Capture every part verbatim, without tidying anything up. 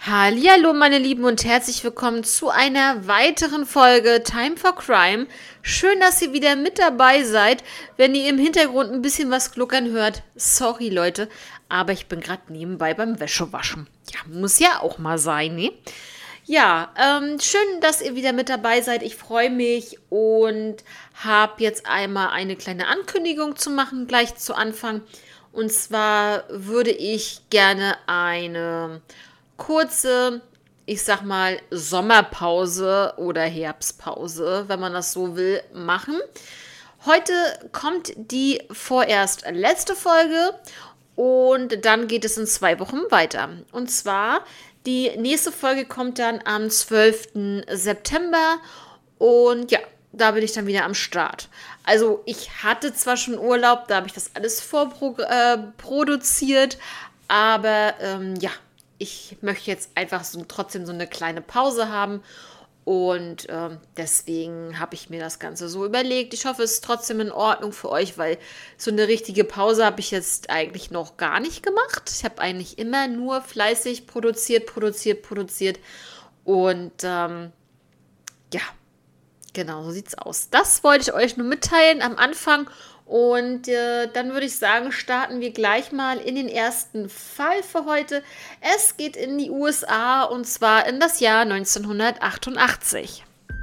Hallihallo, meine Lieben, und herzlich willkommen zu einer weiteren Folge Time for Crime. Schön, dass ihr wieder mit dabei seid. Wenn ihr im Hintergrund ein bisschen was gluckern hört, sorry Leute, aber ich bin gerade nebenbei beim Wäschewaschen. Ja, muss ja auch mal sein, ne? Ja, ähm, schön, dass ihr wieder mit dabei seid. Ich freue mich und habe jetzt einmal eine kleine Ankündigung zu machen, gleich zu Anfang. Und zwar würde ich gerne eine kurze, ich sag mal, Sommerpause oder Herbstpause, wenn man das so will, machen. Heute kommt die vorerst letzte Folge und dann geht es in zwei Wochen weiter. Und zwar, die nächste Folge kommt dann am zwölften September und ja, da bin ich dann wieder am Start. Also ich hatte zwar schon Urlaub, da habe ich das alles vorproduziert, äh, aber ähm, ja, ich möchte jetzt einfach so, trotzdem so eine kleine Pause haben und ähm, deswegen habe ich mir das Ganze so überlegt. Ich hoffe, es ist trotzdem in Ordnung für euch, weil so eine richtige Pause habe ich jetzt eigentlich noch gar nicht gemacht. Ich habe eigentlich immer nur fleißig produziert, produziert, produziert und ähm, ja, genau, so sieht's aus. Das wollte ich euch nur mitteilen am Anfang. Und äh, dann würde ich sagen, starten wir gleich mal in den ersten Fall für heute. Es geht in die U S A und zwar in das Jahr neunzehnhundertachtundachtzig.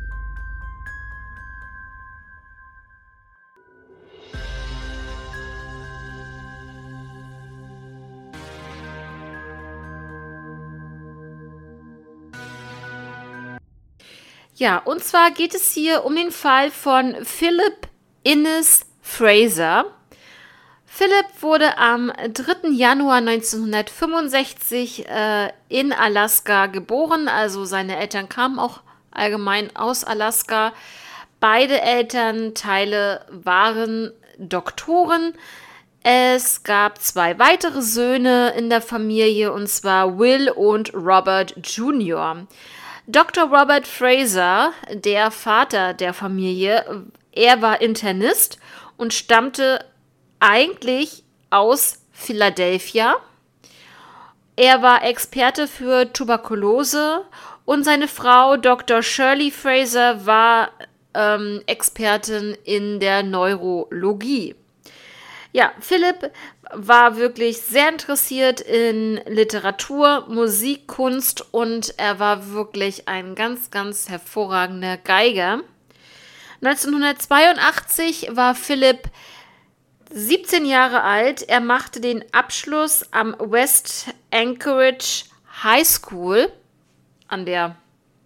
Ja, und zwar geht es hier um den Fall von Philip Innes Fraser. Philip wurde am dritten Januar neunzehnhundertfünfundsechzig äh, in Alaska geboren, also seine Eltern kamen auch allgemein aus Alaska. Beide Elternteile waren Doktoren. Es gab zwei weitere Söhne in der Familie, und zwar Will und Robert Junior Doktor Robert Fraser, der Vater der Familie, er war Internist und stammte eigentlich aus Philadelphia. Er war Experte für Tuberkulose und seine Frau Doktor Shirley Fraser war ähm, Expertin in der Neurologie. Ja, Philipp war wirklich sehr interessiert in Literatur, Musik, Kunst und er war wirklich ein ganz, ganz hervorragender Geiger. neunzehnhundertzweiundachtzig war Philipp siebzehn Jahre alt. Er machte den Abschluss am West Anchorage High School an der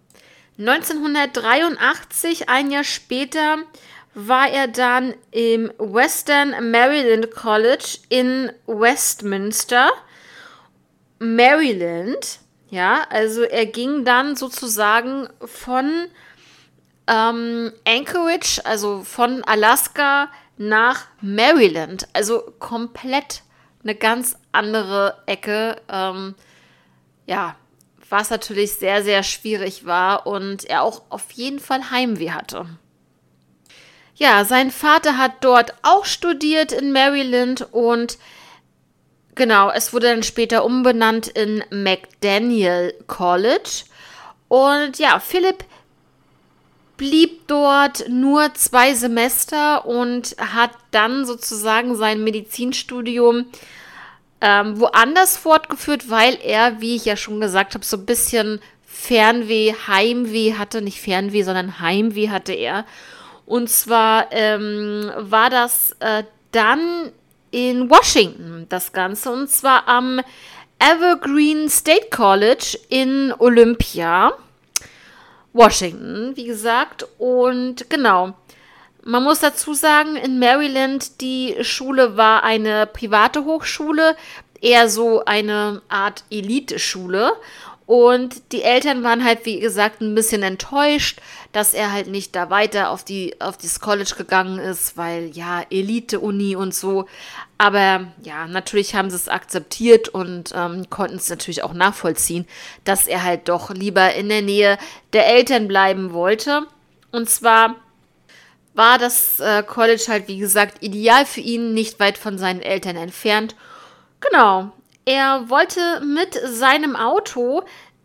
neunzehnhundertdreiundachtzig, ein Jahr später, war er dann im Western Maryland College in Westminster, Maryland. Ja, also er ging dann sozusagen von ähm, Anchorage, also von Alaska nach Maryland. Also komplett eine ganz andere Ecke. Ähm, ja, was natürlich sehr, sehr schwierig war und er auch auf jeden Fall Heimweh hatte. Ja, sein Vater hat dort auch studiert in Maryland und genau, es wurde dann später umbenannt in McDaniel College. Und ja, Philipp blieb dort nur zwei Semester und hat dann sozusagen sein Medizinstudium ähm, woanders fortgeführt, weil er, wie ich ja schon gesagt habe, so ein bisschen Fernweh, Heimweh hatte. Nicht Fernweh, sondern Heimweh hatte er. Und zwar ähm, war das äh, dann in Washington, das Ganze. Und zwar am Evergreen State College in Olympia, Washington, wie gesagt. Und genau, man muss dazu sagen, in Maryland, die Schule war eine private Hochschule, eher so eine Art Elite-Schule. Und die Eltern waren halt, wie gesagt, ein bisschen enttäuscht, dass er halt nicht da weiter auf die auf das College gegangen ist, weil ja, Elite-Uni und so. Aber ja, natürlich haben sie es akzeptiert und ähm, konnten es natürlich auch nachvollziehen, dass er halt doch lieber in der Nähe der Eltern bleiben wollte. Und zwar war das äh, College halt, wie gesagt, ideal für ihn, nicht weit von seinen Eltern entfernt. Genau. Er wollte mit seinem Auto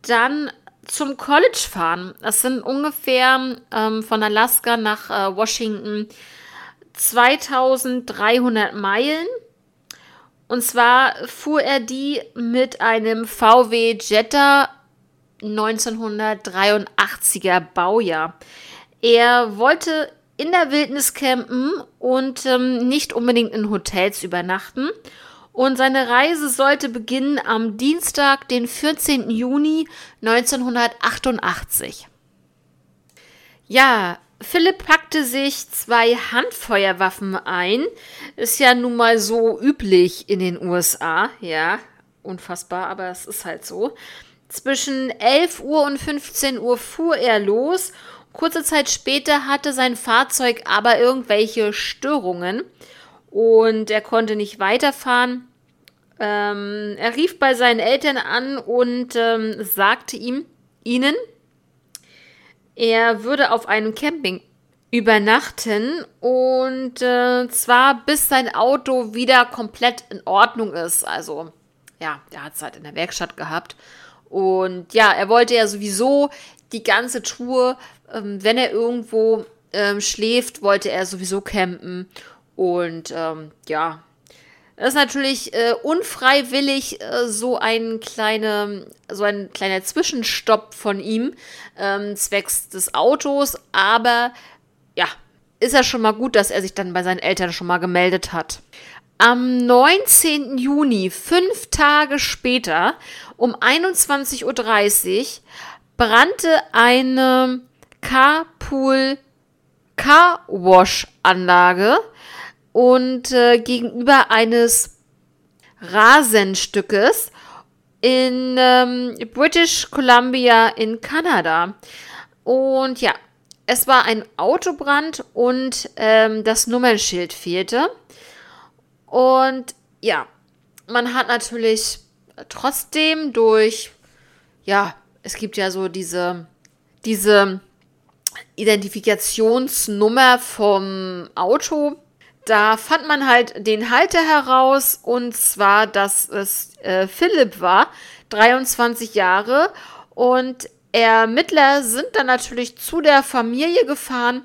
dann zum College fahren. Das sind ungefähr ähm, von Alaska nach äh, Washington zweitausenddreihundert Meilen. Und zwar fuhr er die mit einem V W Jetta neunzehnhundertdreiundachtziger Baujahr. Er wollte in der Wildnis campen und ähm, nicht unbedingt in Hotels übernachten. Und seine Reise sollte beginnen am Dienstag, den vierzehnten Juni neunzehnhundertachtundachtzig. Ja, Philipp packte sich zwei Handfeuerwaffen ein. Ist ja nun mal so üblich in den U S A. Ja, unfassbar, aber es ist halt so. Zwischen elf Uhr und fünfzehn Uhr fuhr er los. Kurze Zeit später hatte sein Fahrzeug aber irgendwelche Störungen und er konnte nicht weiterfahren. Ähm, er rief bei seinen Eltern an und ähm, sagte ihm, ihnen, er würde auf einem Camping übernachten und äh, zwar bis sein Auto wieder komplett in Ordnung ist. Also ja, er hat es halt in der Werkstatt gehabt. Und ja, er wollte ja sowieso die ganze Tour, ähm, wenn er irgendwo ähm, schläft, wollte er sowieso campen. Und ähm, ja, das ist natürlich äh, unfreiwillig äh, so ein kleine, so ein kleiner Zwischenstopp von ihm, ähm, zwecks des Autos. Aber ja, ist ja schon mal gut, dass er sich dann bei seinen Eltern schon mal gemeldet hat. Am neunzehnten Juni, fünf Tage später, um einundzwanzig Uhr dreißig, brannte eine Carpool-Car-Wash-Anlage und äh, gegenüber eines Rasenstückes in ähm, British Columbia in Kanada. Und ja, es war ein Autobrand und ähm, das Nummernschild fehlte. Und ja, man hat natürlich trotzdem durch, ja, es gibt ja so diese, diese Identifikationsnummer vom Auto. Da fand man halt den Halter heraus und zwar, dass es äh, Philipp war, dreiundzwanzig Jahre. Und Ermittler sind dann natürlich zu der Familie gefahren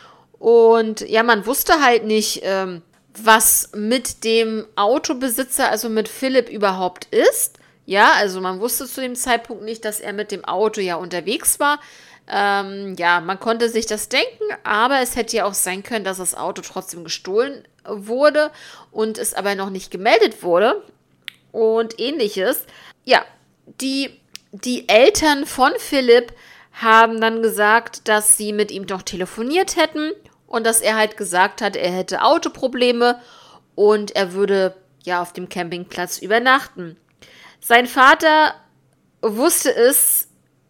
und ja, man wusste halt nicht, ähm, was mit dem Autobesitzer, also mit Philipp überhaupt ist. Ja, also man wusste zu dem Zeitpunkt nicht, dass er mit dem Auto ja unterwegs war. Ähm, ja, man konnte sich das denken, aber es hätte ja auch sein können, dass das Auto trotzdem gestohlen wurde und es aber noch nicht gemeldet wurde und ähnliches. Ja, die, die Eltern von Philipp haben dann gesagt, dass sie mit ihm doch telefoniert hätten und dass er halt gesagt hat, er hätte Autoprobleme und er würde ja auf dem Campingplatz übernachten. Sein Vater wusste es,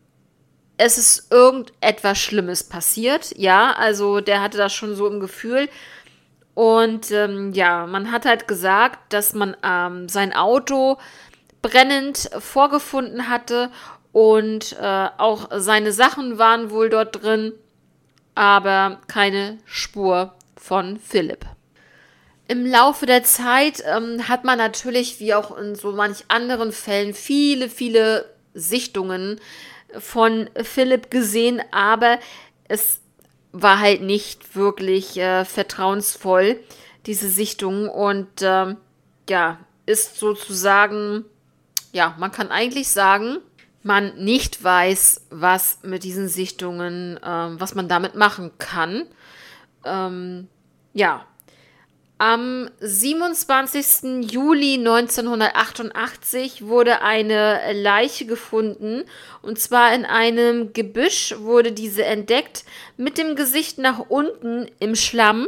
es ist irgendetwas Schlimmes passiert. Ja, also der hatte das schon so im Gefühl. Und ähm, ja, man hat halt gesagt, dass man ähm, sein Auto brennend vorgefunden hatte und äh, auch seine Sachen waren wohl dort drin, aber keine Spur von Philipp. Im Laufe der Zeit ähm, hat man natürlich, wie auch in so manch anderen Fällen, viele, viele Sichtungen von Philipp gesehen, aber es war halt nicht wirklich äh, vertrauensvoll, diese Sichtung. Und ähm, ja, ist sozusagen, ja, man kann eigentlich sagen, man nicht weiß, was mit diesen Sichtungen, ähm, was man damit machen kann. Ähm, ja, am siebenundzwanzigsten Juli neunzehnhundertachtundachtzig wurde eine Leiche gefunden und zwar in einem Gebüsch wurde diese entdeckt mit dem Gesicht nach unten im Schlamm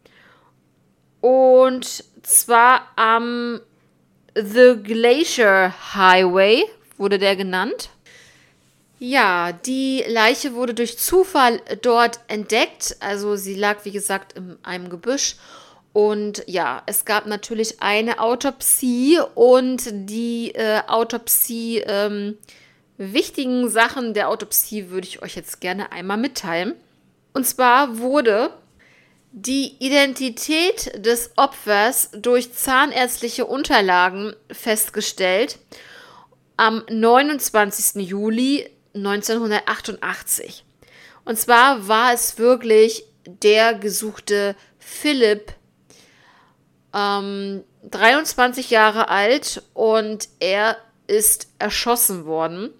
und zwar am The Glacier Highway wurde der genannt. Ja, die Leiche wurde durch Zufall dort entdeckt, also sie lag wie gesagt in einem Gebüsch. Und ja, es gab natürlich eine Autopsie und die äh, Autopsie, ähm, wichtigen Sachen der Autopsie würde ich euch jetzt gerne einmal mitteilen. Und zwar wurde die Identität des Opfers durch zahnärztliche Unterlagen festgestellt. am neunundzwanzigsten Juli neunzehnhundertachtundachtzig. Und zwar war es wirklich der gesuchte Philipp, ähm, dreiundzwanzig Jahre alt, und er ist erschossen worden.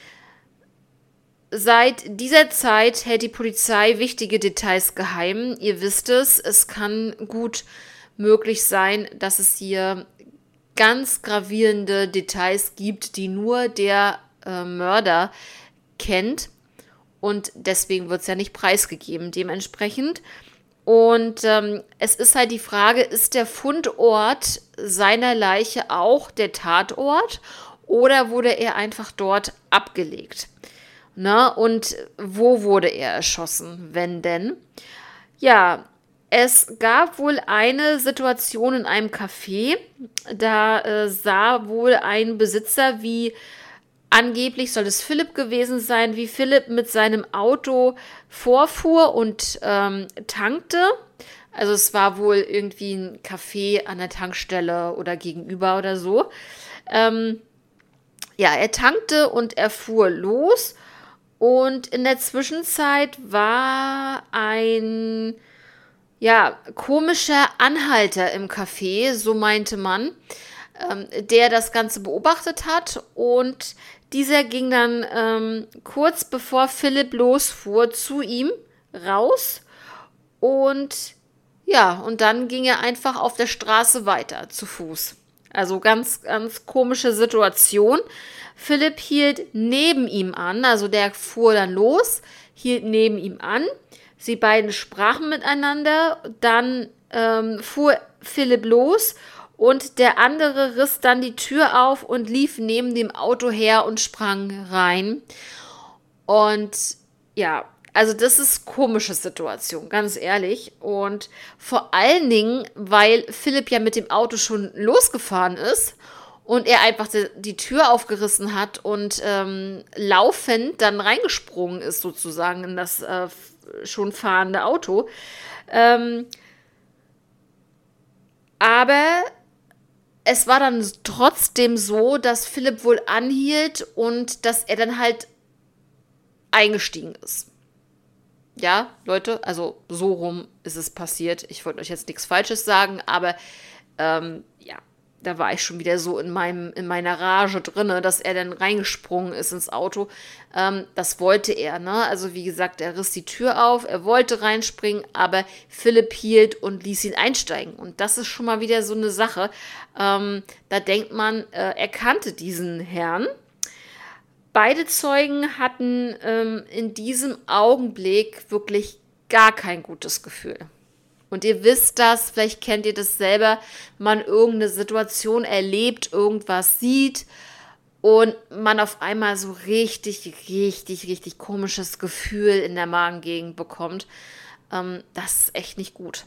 Seit dieser Zeit hält die Polizei wichtige Details geheim. Ihr wisst es, es kann gut möglich sein, dass es hier ganz gravierende Details gibt, die nur der äh, Mörder kennt. Und deswegen wird es ja nicht preisgegeben, dementsprechend. Und ähm, es ist halt die Frage, ist der Fundort seiner Leiche auch der Tatort oder wurde er einfach dort abgelegt? Na, und wo wurde er erschossen, wenn denn? Ja, es gab wohl eine Situation in einem Café, da äh, sah wohl ein Besitzer, wie angeblich soll es Philipp gewesen sein, wie Philipp mit seinem Auto vorfuhr und ähm, tankte. Also es war wohl irgendwie ein Café an der Tankstelle oder gegenüber oder so. Ähm, ja, er tankte und er fuhr los. Und in der Zwischenzeit war ein, ja, komischer Anhalter im Café, so meinte man, ähm, der das Ganze beobachtet hat. Und dieser ging dann ähm, kurz bevor Philipp losfuhr zu ihm raus. Und ja, und dann ging er einfach auf der Straße weiter zu Fuß. Also ganz, ganz komische Situation. Philipp hielt neben ihm an, also der fuhr dann los, hielt neben ihm an. Sie beiden sprachen miteinander, dann ähm, fuhr Philipp los und der andere riss dann die Tür auf und lief neben dem Auto her und sprang rein. Und ja, also das ist eine komische Situation, ganz ehrlich. Und vor allen Dingen, weil Philipp ja mit dem Auto schon losgefahren ist und er einfach die, die Tür aufgerissen hat und ähm, laufend dann reingesprungen ist sozusagen in das äh, schon fahrende Auto. Ähm, aber es war dann trotzdem so, dass Philipp wohl anhielt und dass er dann halt eingestiegen ist. Ja, Leute, also so rum ist es passiert. Ich wollte euch jetzt nichts Falsches sagen, aber ähm, ja, da war ich schon wieder so in meinem, in meiner Rage drinne, dass er dann reingesprungen ist ins Auto. Ähm, das wollte er, ne? Also wie gesagt, er riss die Tür auf, er wollte reinspringen, aber Philipp hielt und ließ ihn einsteigen. Und das ist schon mal wieder so eine Sache. Ähm, da denkt man, äh, er kannte diesen Herrn. Beide Zeugen hatten ähm, in diesem Augenblick wirklich gar kein gutes Gefühl. Und ihr wisst das, vielleicht kennt ihr das selber, man irgendeine Situation erlebt, irgendwas sieht und man auf einmal so richtig, richtig, richtig komisches Gefühl in der Magengegend bekommt. Ähm, das ist echt nicht gut.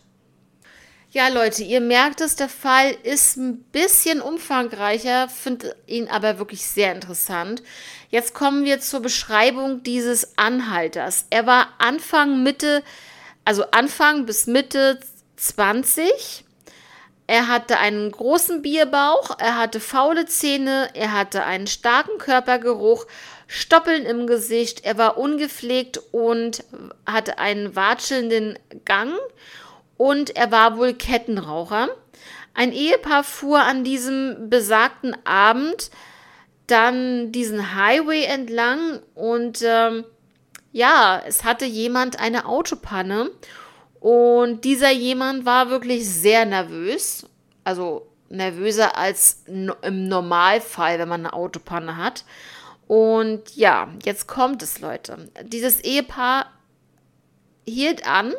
Ja, Leute, ihr merkt es, der Fall ist ein bisschen umfangreicher, finde ihn aber wirklich sehr interessant. Jetzt kommen wir zur Beschreibung dieses Anhalters. Er war Anfang, Mitte, also Anfang bis Mitte zwanzig. Er hatte einen großen Bierbauch, er hatte faule Zähne, er hatte einen starken Körpergeruch, Stoppeln im Gesicht, er war ungepflegt und hatte einen watschelnden Gang. Und er war wohl Kettenraucher. Ein Ehepaar fuhr an diesem besagten Abend dann diesen Highway entlang und ähm, ja, es hatte jemand eine Autopanne und dieser jemand war wirklich sehr nervös, also nervöser als no- im Normalfall, wenn man eine Autopanne hat. Und ja, jetzt kommt es, Leute. Dieses Ehepaar hielt an,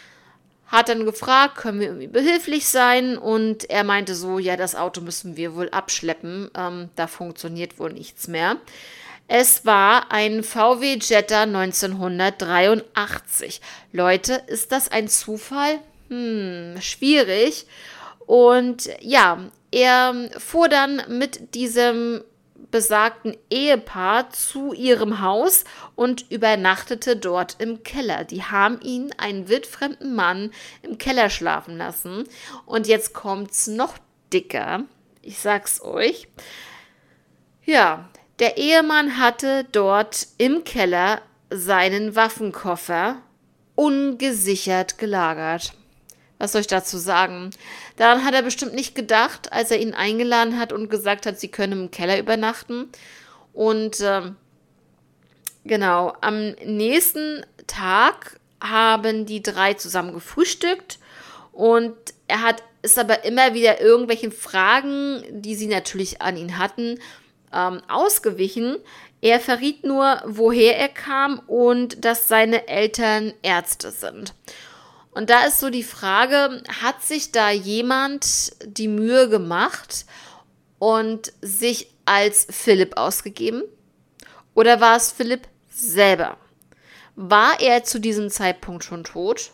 hat dann gefragt, können wir irgendwie behilflich sein? Und er meinte so, ja, das Auto müssen wir wohl abschleppen. Ähm, da funktioniert wohl nichts mehr. Es war ein V W Jetta neunzehnhundertdreiundachtzig. Leute, ist das ein Zufall? Hm, schwierig. Und ja, er fuhr dann mit diesem besagten Ehepaar zu ihrem Haus und übernachtete dort im Keller. Die haben ihn, einen wildfremden Mann, im Keller schlafen lassen. Und jetzt kommt's noch dicker. Ich sag's euch. Ja, Der Ehemann hatte dort im Keller seinen Waffenkoffer ungesichert gelagert. Was soll ich dazu sagen? Daran hat er bestimmt nicht gedacht, als er ihn eingeladen hat und gesagt hat, sie können im Keller übernachten. Und ähm, genau, am nächsten Tag haben die drei zusammen gefrühstückt und er hat ist aber immer wieder irgendwelchen Fragen, die sie natürlich an ihn hatten, ähm, ausgewichen. Er verriet nur, woher er kam und dass seine Eltern Ärzte sind. Und da ist so die Frage, hat sich da jemand die Mühe gemacht und sich als Philipp ausgegeben? Oder war es Philipp selber? War er zu diesem Zeitpunkt schon tot?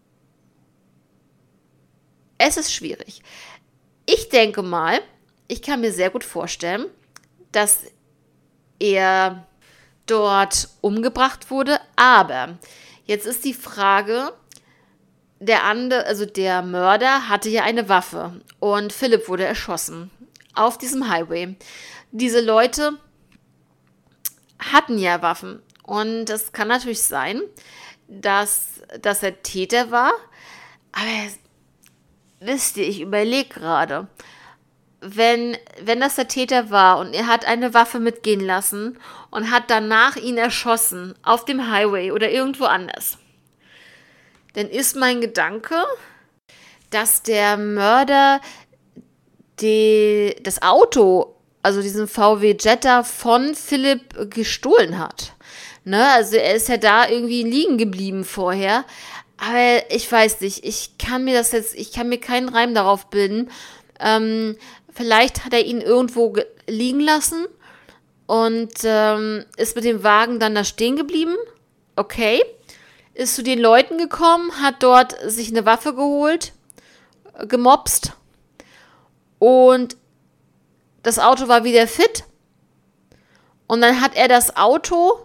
Es ist schwierig. Ich denke mal, ich kann mir sehr gut vorstellen, dass er dort umgebracht wurde, aber jetzt ist die Frage, der andere, also der Mörder hatte ja eine Waffe und Philipp wurde erschossen auf diesem Highway. Diese Leute hatten ja Waffen und es kann natürlich sein, dass, dass er Täter war, aber wisst ihr, ich überlege gerade, wenn, wenn das der Täter war und er hat eine Waffe mitgehen lassen und hat danach ihn erschossen auf dem Highway oder irgendwo anders, dann ist mein Gedanke, dass der Mörder die, das Auto, also diesen V W Jetta von Philipp gestohlen hat. Ne? Also er ist ja da irgendwie liegen geblieben vorher. Aber ich weiß nicht, ich kann mir das jetzt, ich kann mir keinen Reim darauf bilden. Ähm, vielleicht hat er ihn irgendwo ge- liegen lassen und ähm, ist mit dem Wagen dann da stehen geblieben. Okay. Ist zu den Leuten gekommen, hat dort sich eine Waffe geholt, äh, gemopst und das Auto war wieder fit. Und dann hat er das Auto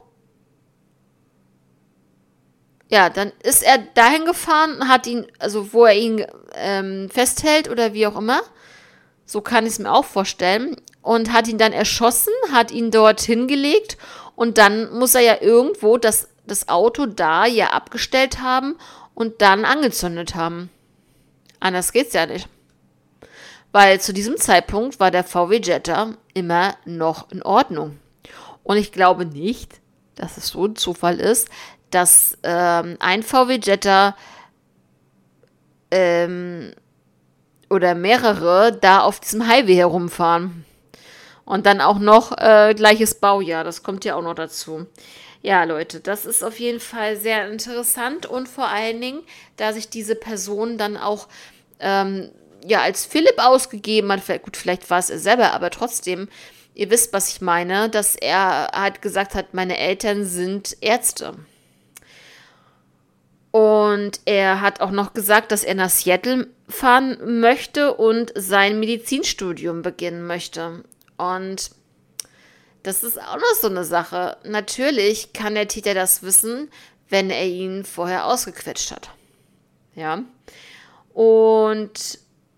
Ja, dann ist er dahin gefahren, hat ihn, also wo er ihn ähm, festhält oder wie auch immer, so kann ich es mir auch vorstellen, und hat ihn dann erschossen, hat ihn dort hingelegt und dann muss er ja irgendwo das, das Auto da ja abgestellt haben und dann angezündet haben. Anders geht's ja nicht. Weil zu diesem Zeitpunkt war der V W Jetta immer noch in Ordnung. Und ich glaube nicht, dass es so ein Zufall ist, dass ähm, ein V W Jetta ähm, oder mehrere da auf diesem Highway herumfahren. Und dann auch noch äh, gleiches Baujahr, das kommt ja auch noch dazu. Ja, Leute, das ist auf jeden Fall sehr interessant und vor allen Dingen, da sich diese Person dann auch ähm, ja als Philipp ausgegeben hat, vielleicht, gut, vielleicht war es er selber, aber trotzdem, ihr wisst, was ich meine, dass er halt gesagt hat, meine Eltern sind Ärzte. Und er hat auch noch gesagt, dass er nach Seattle fahren möchte und sein Medizinstudium beginnen möchte. Und das ist auch noch so eine Sache. Natürlich kann der Täter das wissen, wenn er ihn vorher ausgequetscht hat. Ja. Und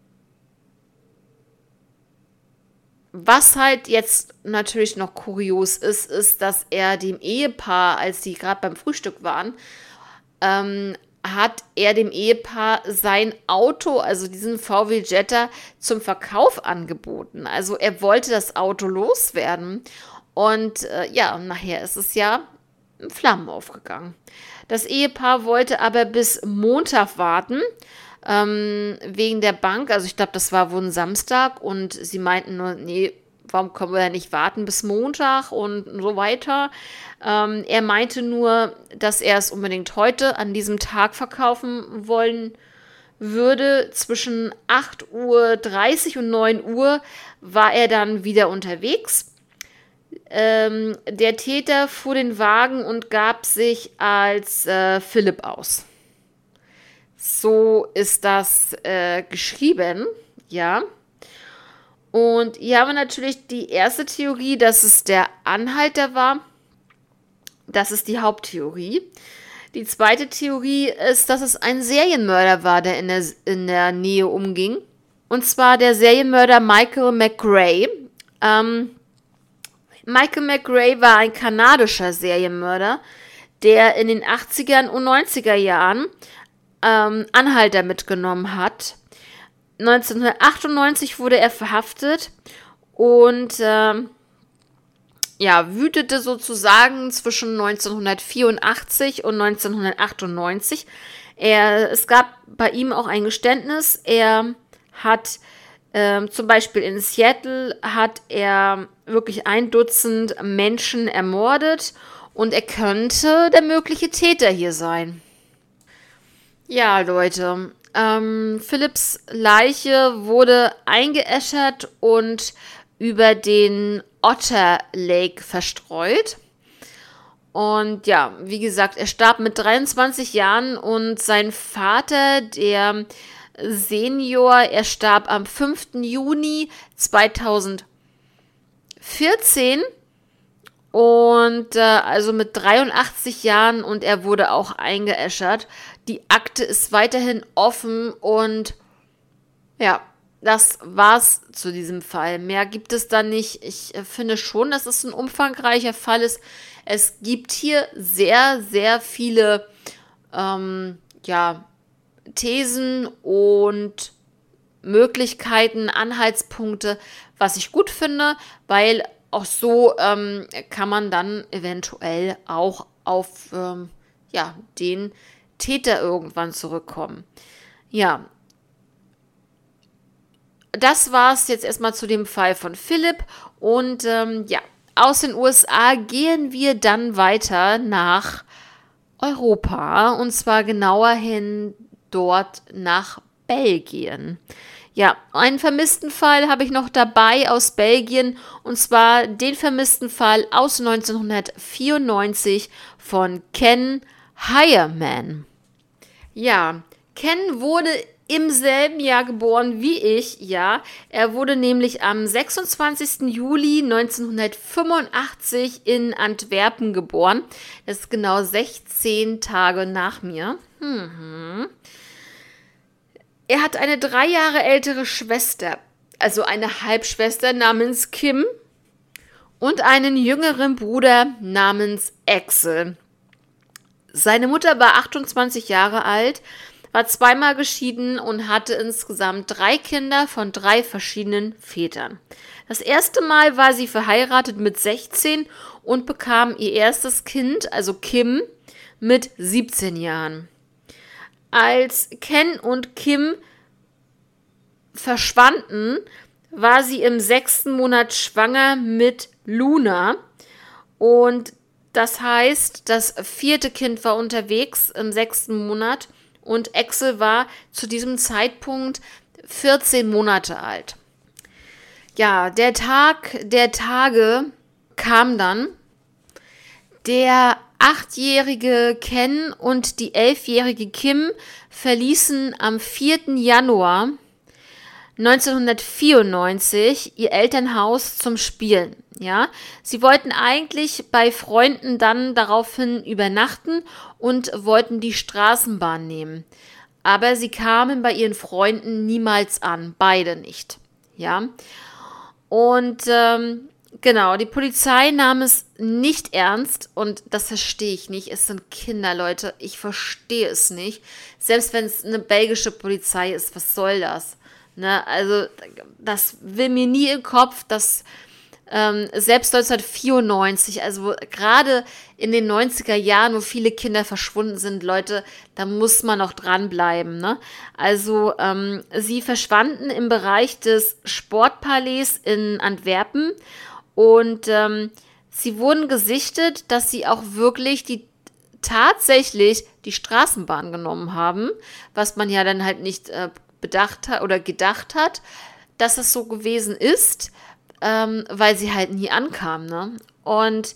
was halt jetzt natürlich noch kurios ist, ist, dass er dem Ehepaar, als die gerade beim Frühstück waren, ähm, hat er dem Ehepaar sein Auto, also diesen V W Jetta, zum Verkauf angeboten. Also er wollte das Auto loswerden. Und äh, ja, nachher ist es ja in Flammen aufgegangen. Das Ehepaar wollte aber bis Montag warten, ähm, wegen der Bank. Also ich glaube, das war wohl ein Samstag und sie meinten nur, nee, warum können wir ja nicht warten bis Montag und so weiter. Ähm, er meinte nur, dass er es unbedingt heute an diesem Tag verkaufen wollen würde. Zwischen acht Uhr dreißig und neun Uhr war er dann wieder unterwegs. Ähm, der Täter fuhr den Wagen und gab sich als äh, Philipp aus. So ist das äh, geschrieben, ja. Und hier haben wir natürlich die erste Theorie, dass es der Anhalter war. Das ist die Haupttheorie. Die zweite Theorie ist, dass es ein Serienmörder war, der in der, in der Nähe umging. Und zwar der Serienmörder Michael McRae. Ähm, Michael McRae war ein kanadischer Serienmörder, der in den achtziger und neunziger Jahren ähm, Anhalter mitgenommen hat. neunzehnhundertachtundneunzig wurde er verhaftet und ähm, ja, wütete sozusagen zwischen neunzehnhundertvierundachtzig und neunzehnhundertachtundneunzig. Er, es gab bei ihm auch ein Geständnis. Er hat ähm, zum Beispiel in Seattle hat er wirklich ein Dutzend Menschen ermordet und er könnte der mögliche Täter hier sein. Ja, Leute, ähm, Philipps Leiche wurde eingeäschert und über den Otter Lake verstreut. Und ja, wie gesagt, er starb mit dreiundzwanzig Jahren und sein Vater, der Senior, er starb am fünften Juni zweitausendvierzehn und äh, also mit dreiundachtzig Jahren und er wurde auch eingeäschert. Die Akte ist weiterhin offen und ja, das war's zu diesem Fall. Mehr gibt es da nicht. Ich äh, finde schon, dass es ein umfangreicher Fall ist. Es gibt hier sehr, sehr viele ähm, ja, Thesen und Möglichkeiten, Anhaltspunkte, was ich gut finde, weil auch so ähm, kann man dann eventuell auch auf ähm, ja, den Täter irgendwann zurückkommen. Ja, das war es jetzt erstmal zu dem Fall von Philipp. Und ähm, ja, aus den U S A gehen wir dann weiter nach Europa. Und zwar genauer hin dort nach Belgien. Ja, einen vermissten Fall habe ich noch dabei aus Belgien. Und zwar den vermissten Fall aus neunzehnhundertvierundneunzig von Ken Hireman. Ja, Ken wurde im selben Jahr geboren wie ich, ja. Er wurde nämlich am sechsundzwanzigsten Juli neunzehnhundertfünfundachtzig in Antwerpen geboren. Das ist genau sechzehn Tage nach mir. Mhm. Er hat eine drei Jahre ältere Schwester, also eine Halbschwester namens Kim und einen jüngeren Bruder namens Axel. Seine Mutter war achtundzwanzig Jahre alt, war zweimal geschieden und hatte insgesamt drei Kinder von drei verschiedenen Vätern. Das erste Mal war sie verheiratet mit sechzehn und bekam ihr erstes Kind, also Kim, mit siebzehn Jahren. Als Ken und Kim verschwanden, war sie im sechsten Monat schwanger mit Luna und das heißt, das vierte Kind war unterwegs im sechsten Monat und Axel war zu diesem Zeitpunkt vierzehn Monate alt. Ja, der Tag der Tage kam dann. Der achtjährige Ken und die elfjährige Kim verließen am vierten Januar neunzehnhundertvierundneunzig ihr Elternhaus zum Spielen. Ja, sie wollten eigentlich bei Freunden dann daraufhin übernachten und wollten die Straßenbahn nehmen. Aber sie kamen bei ihren Freunden niemals an, beide nicht. Ja, und ähm, genau, die Polizei nahm es nicht ernst und das verstehe ich nicht. Es sind Kinder, Leute, ich verstehe es nicht. Selbst wenn es eine belgische Polizei ist, was soll das? Ne, also das will mir nie im Kopf, dass ähm, selbst neunzehnhundertvierundneunzig, also gerade in den neunziger Jahren, wo viele Kinder verschwunden sind, Leute, da muss man noch dranbleiben. Ne? Also ähm, sie verschwanden im Bereich des Sportpalais in Antwerpen und ähm, sie wurden gesichtet, dass sie auch wirklich die tatsächlich die Straßenbahn genommen haben, was man ja dann halt nicht äh, bedacht hat oder gedacht hat, dass es so gewesen ist, ähm, weil sie halt nie ankam. Ne? Und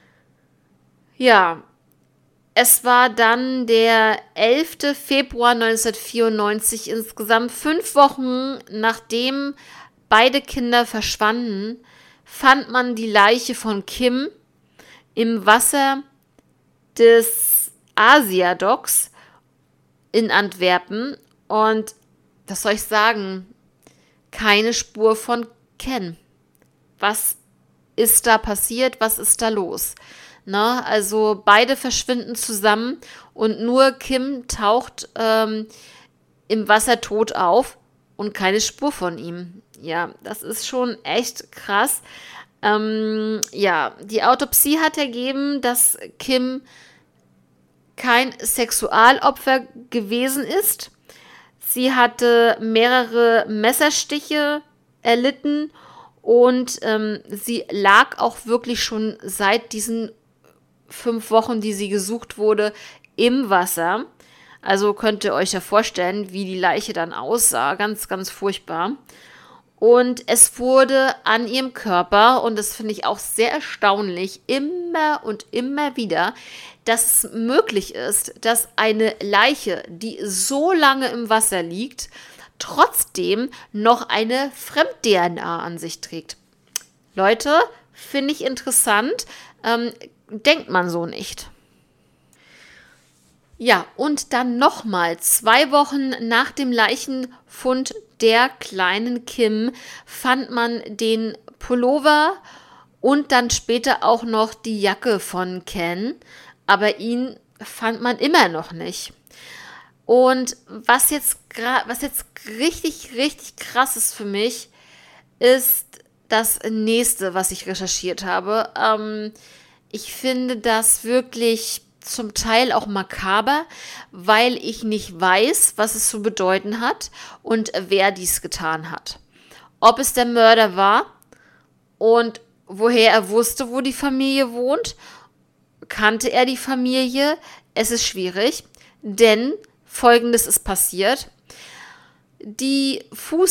ja, es war dann der elfte Februar neunzehnhundertvierundneunzig, insgesamt fünf Wochen nachdem beide Kinder verschwanden, fand man die Leiche von Kim im Wasser des Asiadocks in Antwerpen und was soll ich sagen? Keine Spur von Ken. Was ist da passiert? Was ist da los? Na, also beide verschwinden zusammen und nur Kim taucht ähm, im Wasser tot auf und keine Spur von ihm. Ja, das ist schon echt krass. Ähm, ja, die Autopsie hat ergeben, dass Kim kein Sexualopfer gewesen ist. Sie hatte mehrere Messerstiche erlitten und ähm, sie lag auch wirklich schon seit diesen fünf Wochen, die sie gesucht wurde, im Wasser. Also könnt ihr euch ja vorstellen, wie die Leiche dann aussah. Ganz, ganz furchtbar. Und es wurde an ihrem Körper, und das finde ich auch sehr erstaunlich, immer und immer wieder, dass es möglich ist, dass eine Leiche, die so lange im Wasser liegt, trotzdem noch eine Fremd-D N A an sich trägt. Leute, finde ich interessant. Ähm, denkt man so nicht. Ja, und dann nochmal, zwei Wochen nach dem Leichenfund der kleinen Kim fand man den Pullover und dann später auch noch die Jacke von Ken, aber ihn fand man immer noch nicht. Und was jetzt, was jetzt richtig, richtig krass ist für mich, ist das nächste, was ich recherchiert habe. Ähm, ich finde das wirklich zum Teil auch makaber, weil ich nicht weiß, was es zu bedeuten hat und wer dies getan hat. Ob es der Mörder war und woher er wusste, wo die Familie wohnt, kannte er die Familie. Es ist schwierig, denn Folgendes ist passiert. Die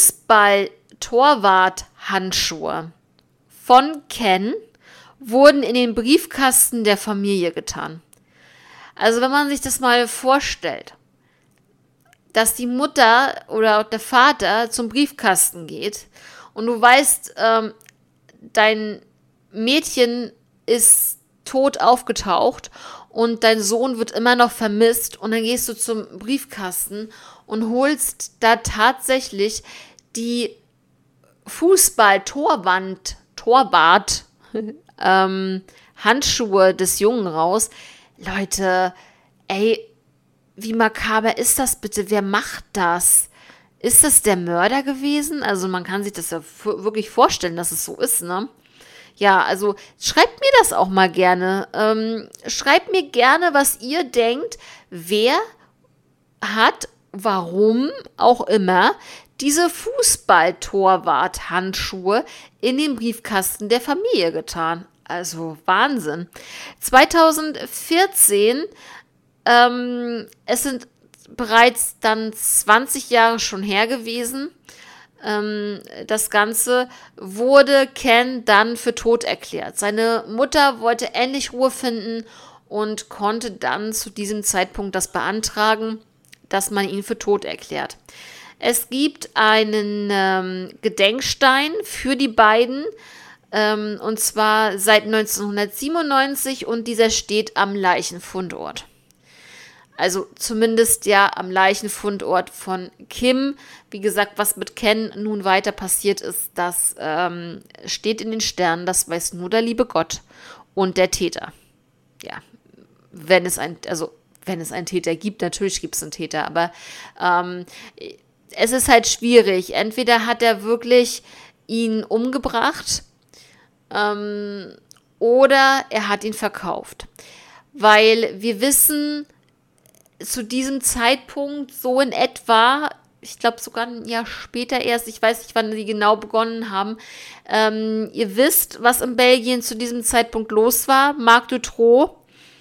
Fußball-Torwart-Handschuhe von Ken wurden in den Briefkasten der Familie getan. Also wenn man sich das mal vorstellt, dass die Mutter oder der Vater zum Briefkasten geht und du weißt, ähm, dein Mädchen ist tot aufgetaucht und dein Sohn wird immer noch vermisst und dann gehst du zum Briefkasten und holst da tatsächlich die Fußball-Torwand, Torwart, ähm, Handschuhe des Jungen raus. Leute, ey, wie makaber ist das bitte? Wer macht das? Ist das der Mörder gewesen? Also man kann sich das ja wirklich vorstellen, dass es so ist, ne? Ja, also schreibt mir das auch mal gerne. Ähm, schreibt mir gerne, was ihr denkt. Wer hat, warum auch immer, diese Fußball-Torwart-Handschuhe in den Briefkasten der Familie getan? Also Wahnsinn. zweitausendvierzehn, ähm, es sind bereits dann zwanzig Jahre schon her gewesen. Ähm, das Ganze wurde Ken dann für tot erklärt. Seine Mutter wollte endlich Ruhe finden und konnte dann zu diesem Zeitpunkt das beantragen, dass man ihn für tot erklärt. Es gibt einen ähm, Gedenkstein für die beiden, ähm, und zwar seit neunzehnhundertsiebenundneunzig, und dieser steht am Leichenfundort. Also zumindest ja am Leichenfundort von Kim. Wie gesagt, was mit Ken nun weiter passiert ist, das ähm, steht in den Sternen. Das weiß nur der liebe Gott und der Täter. Ja, wenn es ein, also wenn es einen Täter gibt, natürlich gibt es einen Täter, aber ähm, es ist halt schwierig. Entweder hat er wirklich ihn umgebracht ähm, oder er hat ihn verkauft. Weil wir wissen, zu diesem Zeitpunkt so in etwa, ich glaube sogar ein Jahr später erst, ich weiß nicht, wann sie genau begonnen haben, ähm, ihr wisst, was in Belgien zu diesem Zeitpunkt los war, Marc Dutroux.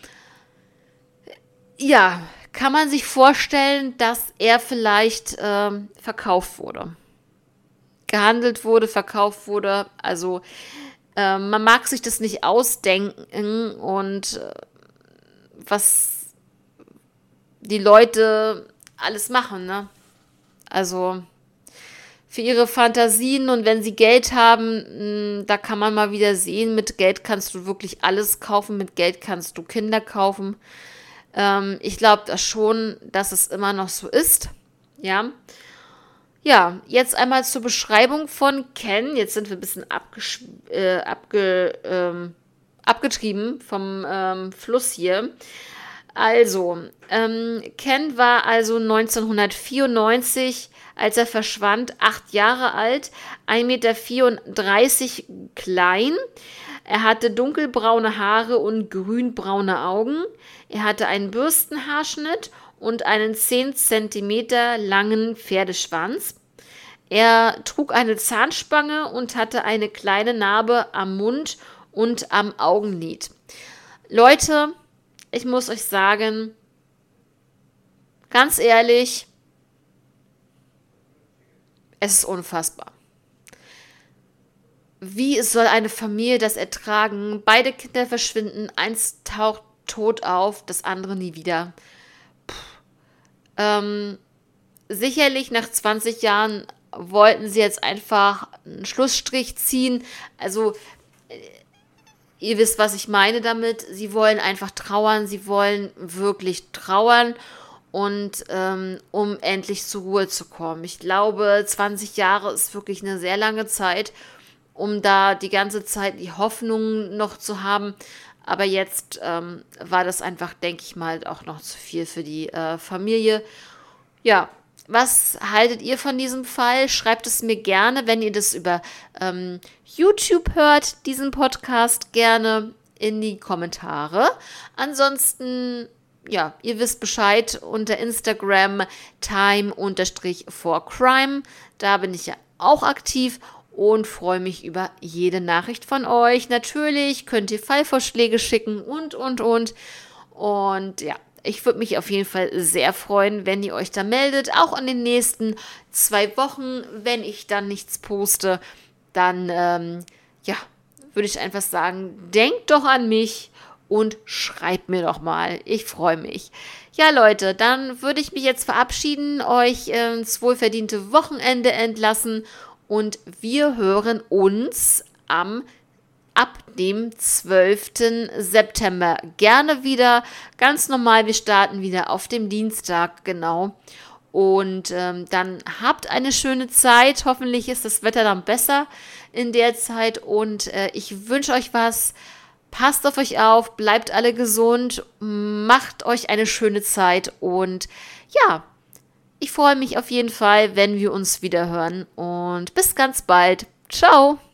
Ja, kann man sich vorstellen, dass er vielleicht ähm, verkauft wurde. Gehandelt wurde, verkauft wurde, also äh, man mag sich das nicht ausdenken und äh, was die Leute alles machen, ne? Also für ihre Fantasien, und wenn sie Geld haben, mh, da kann man mal wieder sehen, mit Geld kannst du wirklich alles kaufen, mit Geld kannst du Kinder kaufen. Ähm, ich glaube das schon, dass es immer noch so ist, ja. Ja, jetzt einmal zur Beschreibung von Ken. Jetzt sind wir ein bisschen abgesch äh, abge ähm, abgetrieben vom ähm, Fluss hier. Also, ähm, Ken war also neunzehnhundertvierundneunzig, als er verschwand, acht Jahre alt, ein Meter vierunddreißig klein. Er hatte dunkelbraune Haare und grünbraune Augen. Er hatte einen Bürstenhaarschnitt und einen zehn Zentimeter langen Pferdeschwanz. Er trug eine Zahnspange und hatte eine kleine Narbe am Mund und am Augenlid. Leute, ich muss euch sagen, ganz ehrlich, es ist unfassbar. Wie soll eine Familie das ertragen? Beide Kinder verschwinden, eins taucht tot auf, das andere nie wieder. Ähm, sicherlich nach zwanzig Jahren wollten sie jetzt einfach einen Schlussstrich ziehen. Also, ihr wisst, was ich meine damit. Sie wollen einfach trauern, sie wollen wirklich trauern und ähm, um endlich zur Ruhe zu kommen. Ich glaube, zwanzig Jahre ist wirklich eine sehr lange Zeit, um da die ganze Zeit die Hoffnung noch zu haben. Aber jetzt ähm, war das einfach, denke ich mal, auch noch zu viel für die äh, Familie. Ja, was haltet ihr von diesem Fall? Schreibt es mir gerne, wenn ihr das über ähm, YouTube hört, diesen Podcast, gerne in die Kommentare. Ansonsten, ja, ihr wisst Bescheid, unter Instagram time-for-crime. Da bin ich ja auch aktiv und freue mich über jede Nachricht von euch. Natürlich könnt ihr Fallvorschläge schicken und, und, und. Und ja, ich würde mich auf jeden Fall sehr freuen, wenn ihr euch da meldet. Auch in den nächsten zwei Wochen, wenn ich dann nichts poste, dann, ähm, ja, würde ich einfach sagen, denkt doch an mich und schreibt mir doch mal. Ich freue mich. Ja, Leute, dann würde ich mich jetzt verabschieden, euch äh, ins wohlverdiente Wochenende entlassen und wir hören uns am ab dem zwölften September gerne wieder. Ganz normal, wir starten wieder auf dem Dienstag, genau. Und ähm, dann habt eine schöne Zeit. Hoffentlich ist das Wetter dann besser in der Zeit. Und äh, ich wünsche euch was. Passt auf euch auf, bleibt alle gesund, macht euch eine schöne Zeit. Und ja, ich freue mich auf jeden Fall, wenn wir uns wieder hören. Und bis ganz bald. Ciao.